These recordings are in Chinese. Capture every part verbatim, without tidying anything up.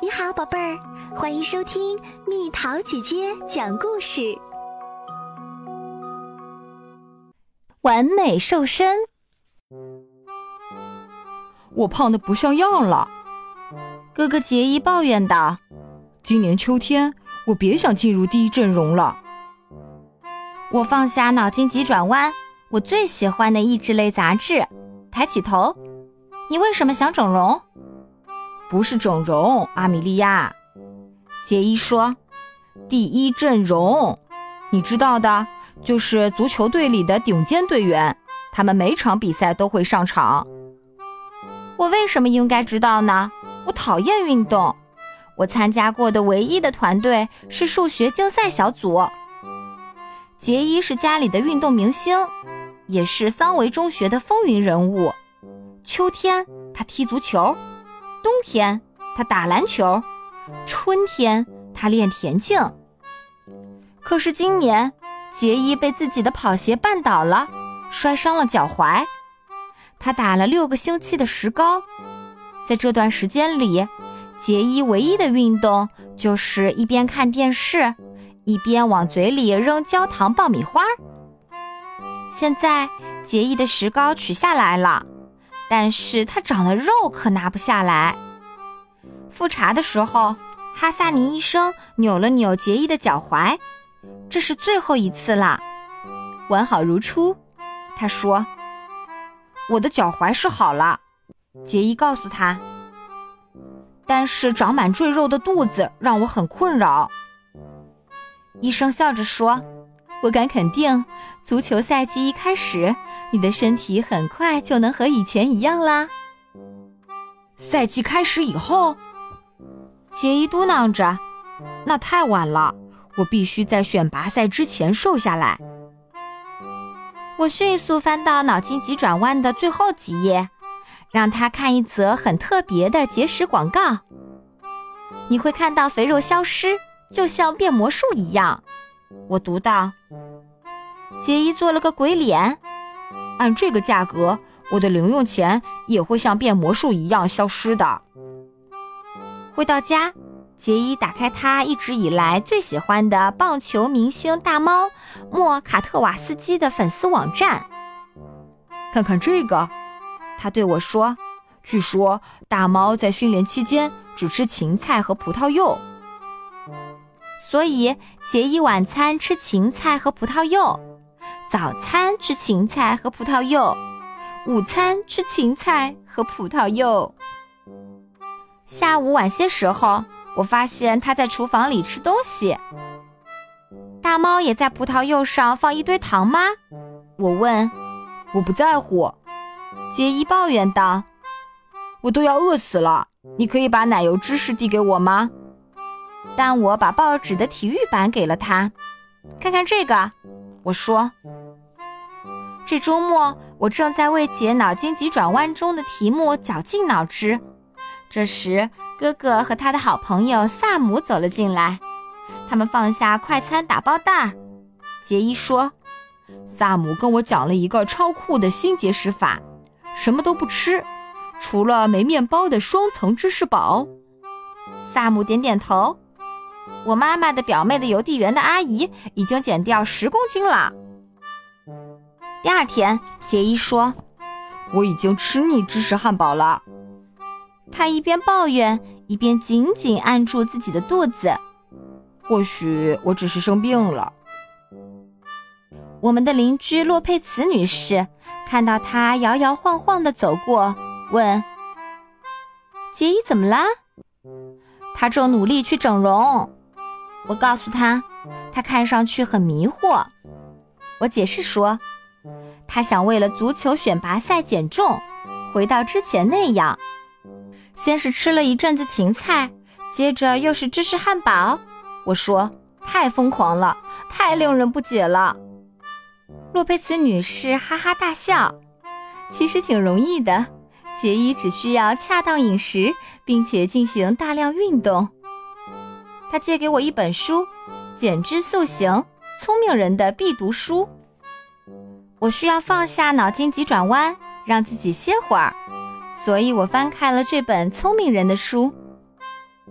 你好，宝贝儿，欢迎收听蜜桃姐姐讲故事。 完美瘦身。 我胖得不像样了， 哥哥杰伊抱怨道。 今年秋天，我别想进入第一阵容了。 我放下脑筋急转弯，我最喜欢的益智类杂志，抬起头。你为什么想整容？ 不是整容，阿米莉亚。 杰伊说， 第一阵容，你知道的，就是足球队里的顶尖队员，他们每场比赛都会上场。 我为什么应该知道呢？我讨厌运动。我参加过的唯一的团队是数学竞赛小组。杰伊是家里的运动明星，也是桑维中学的风云人物。秋天他踢足球，冬天他打篮球，春天他练田径。可是今年杰伊被自己的跑鞋绊倒了，摔伤了脚踝。他打了六个星期的石膏，在这段时间里，杰伊唯一的运动就是一边看电视，一边往嘴里扔焦糖爆米花。现在杰伊的石膏取下来了，但是他长的肉可拿不下来。复查的时候，哈萨尼医生扭了扭杰伊的脚踝，这是最后一次了。完好如初，他说。我的脚踝是好了，杰伊告诉他，但是长满赘肉的肚子让我很困扰。医生笑着说，我敢肯定，足球赛季一开始，你的身体很快就能和以前一样啦。 赛季开始以后， 杰伊嘟囔着， 那太晚了，我必须在选拔赛之前瘦下来。 我迅速翻到脑筋急转弯的最后几页，让他看一则很特别的节食广告。你会看到肥肉消失，就像变魔术一样。我读到。杰伊做了个鬼脸。 按这个价格，我的零用钱也会像变魔术一样消失的。 回到家，杰伊打开他一直以来最喜欢的棒球明星大猫莫卡特瓦斯基的粉丝网站。 看看这个，他对我说，据说大猫在训练期间只吃芹菜和葡萄柚。 所以杰伊晚餐吃芹菜和葡萄柚，早餐吃芹菜和葡萄柚，午餐吃芹菜和葡萄柚。下午晚些时候，我发现他在厨房里吃东西。大猫也在葡萄柚上放一堆糖吗？我问。 我不在乎， 杰伊抱怨道。 我都要饿死了，你可以把奶油芝士递给我吗？ 但我把报纸的体育版给了他。看看这个，我说。这周末我正在为解脑筋急转弯中的题目绞尽脑汁。这时哥哥和他的好朋友萨姆走了进来，他们放下快餐打包袋。杰伊说， 萨姆跟我讲了一个超酷的新节食法，什么都不吃，除了没面包的双层芝士堡。 萨姆点点头。我妈妈的表妹的邮递员的阿姨已经减掉十公斤了。第二天，杰伊说， 我已经吃腻芝士汉堡了。 他一边抱怨，一边紧紧按住自己的肚子。 或许我只是生病了。 我们的邻居洛佩茨女士看到他摇摇晃晃地走过，问，杰伊怎么啦？他正努力去整容。我告诉他，他看上去很迷惑。我解释说，他想为了足球选拔赛减重，回到之前那样。先是吃了一阵子芹菜，接着又是芝士汉堡。我说，太疯狂了，太令人不解了。洛佩茨女士哈哈大笑。其实挺容易的，杰伊只需要恰当饮食，并且进行大量运动。他借给我一本书，《减脂塑形：聪明人的必读书》。我需要放下脑筋急转弯，让自己歇会儿，所以我翻开了这本聪明人的书。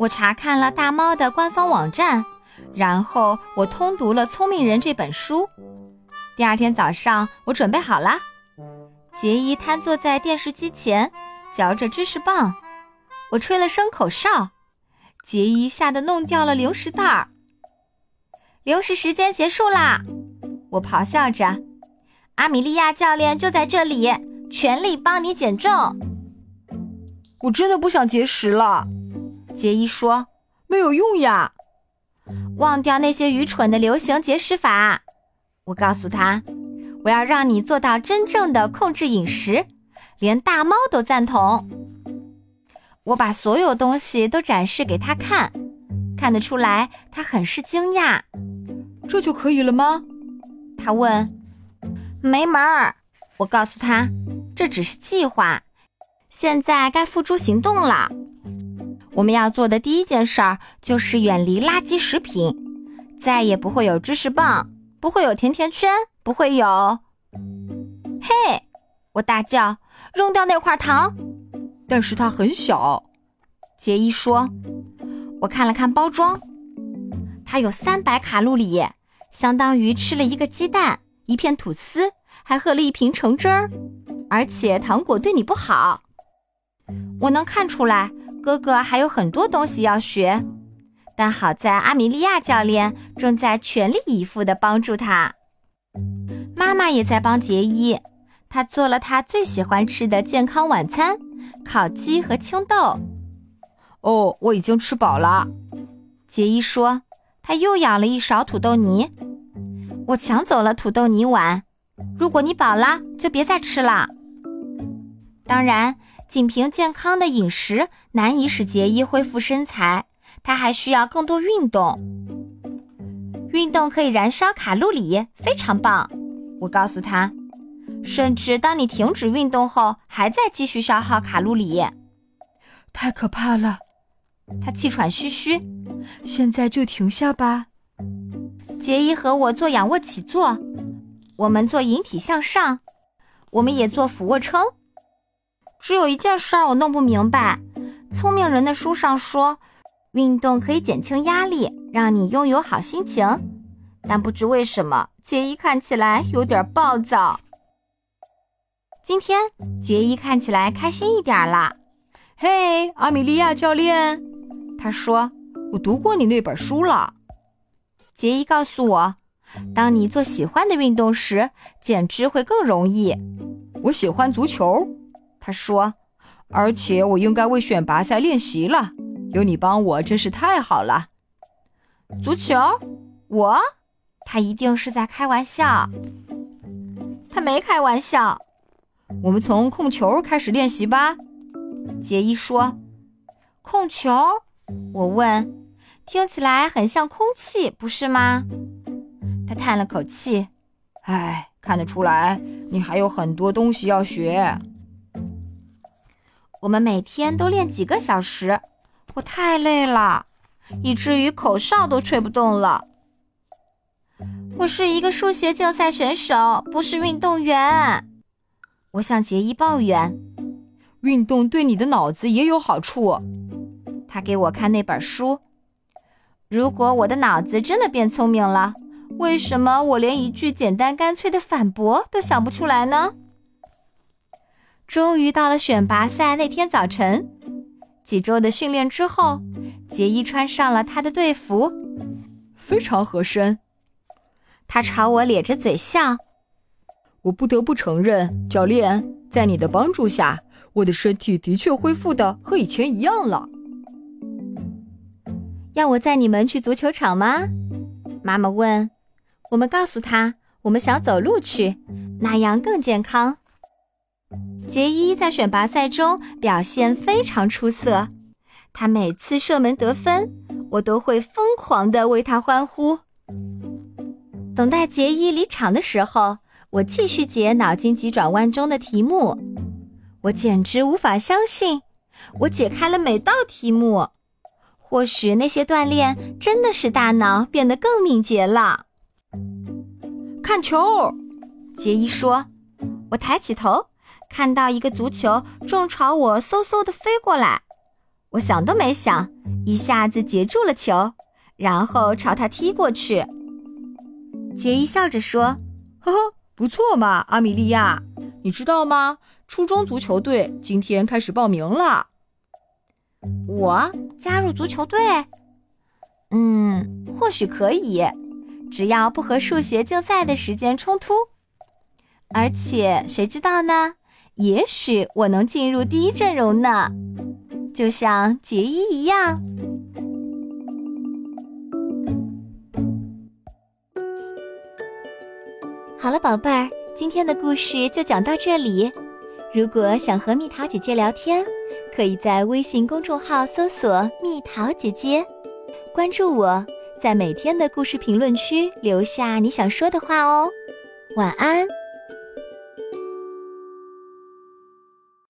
我查看了大猫的官方网站，然后我通读了《聪明人》这本书。第二天早上，我准备好了。杰伊瘫坐在电视机前，嚼着芝士棒。我吹了声口哨，杰伊吓得弄掉了零食袋儿。零食时间结束啦！我咆哮着，阿米莉亚教练就在这里，全力帮你减重。 我真的不想节食了， 杰伊说。 没有用呀。 忘掉那些愚蠢的流行节食法。我告诉他，我要让你做到真正的控制饮食，连大猫都赞同。我把所有东西都展示给他看，看得出来他很是惊讶。 这就可以了吗？ 他问。没门儿，我告诉他，这只是计划，现在该付诸行动了。我们要做的第一件事儿就是远离垃圾食品，再也不会有芝士棒，不会有甜甜圈，不会有……嘿！我大叫，扔掉那块糖。 但是它很小， 杰伊说。我看了看包装，它有三百卡路里，相当于吃了一个鸡蛋，一片吐司，还喝了一瓶橙汁儿，而且糖果对你不好。我能看出来，哥哥还有很多东西要学，但好在阿米莉亚教练正在全力以赴地帮助他。妈妈也在帮杰伊，她做了他最喜欢吃的健康晚餐，烤鸡和青豆。 哦，我已经吃饱了， 杰伊说。他又舀了一勺土豆泥。我抢走了土豆泥碗，如果你饱了，就别再吃了。当然，仅凭健康的饮食难以使杰伊恢复身材，他还需要更多运动。运动可以燃烧卡路里，非常棒，我告诉他。甚至当你停止运动后，还在继续消耗卡路里。 太可怕了， 他气喘吁吁。 现在就停下吧。 杰伊和我做仰卧起坐，我们做引体向上，我们也做俯卧撑。只有一件事我弄不明白，聪明人的书上说，运动可以减轻压力，让你拥有好心情，但不知为什么，杰伊看起来有点暴躁。今天杰伊看起来开心一点了。 嘿，阿米莉亚教练， 他说， 我读过你那本书了。 杰伊告诉我，当你做喜欢的运动时，减脂会更容易。 我喜欢足球， 他说， 而且我应该为选拔赛练习了，有你帮我真是太好了。 足球？我？他一定是在开玩笑。他没开玩笑。 我们从控球开始练习吧。 杰伊说。控球？我问。听起来很像空气，不是吗？他叹了口气。 唉，看得出来你还有很多东西要学。 我们每天都练几个小时，我太累了，以至于口哨都吹不动了。我是一个数学竞赛选手，不是运动员。我向杰伊抱怨。 运动对你的脑子也有好处。 他给我看那本书。如果我的脑子真的变聪明了，为什么我连一句简单干脆的反驳都想不出来呢？终于到了选拔赛那天早晨，几周的训练之后，杰伊穿上了他的队服， 非常合身。 他朝我咧着嘴笑。 我不得不承认，教练，在你的帮助下，我的身体的确恢复的和以前一样了。 要我载你们去足球场吗？妈妈问。我们告诉她，我们想走路去，那样更健康。杰伊在选拔赛中表现非常出色，他每次射门得分，我都会疯狂地为他欢呼。等待杰伊离场的时候，我继续解脑筋急转弯中的题目。我简直无法相信，我解开了每道题目。或许那些锻炼真的使大脑变得更敏捷了。 看球， 杰伊说。我抬起头，看到一个足球正朝我嗖嗖地飞过来。 我想都没想，一下子截住了球，然后朝他踢过去。杰伊笑着说： 呵呵，不错嘛，阿米莉亚，你知道吗？初中足球队今天开始报名了。 我加入足球队？嗯，或许可以，只要不和数学竞赛的时间冲突。而且谁知道呢？也许我能进入第一阵容呢，就像杰伊一样。好了，宝贝儿，今天的故事就讲到这里。如果想和蜜桃姐姐聊天，可以在微信公众号搜索蜜桃姐姐，关注我，在每天的故事评论区留下你想说的话哦。晚安。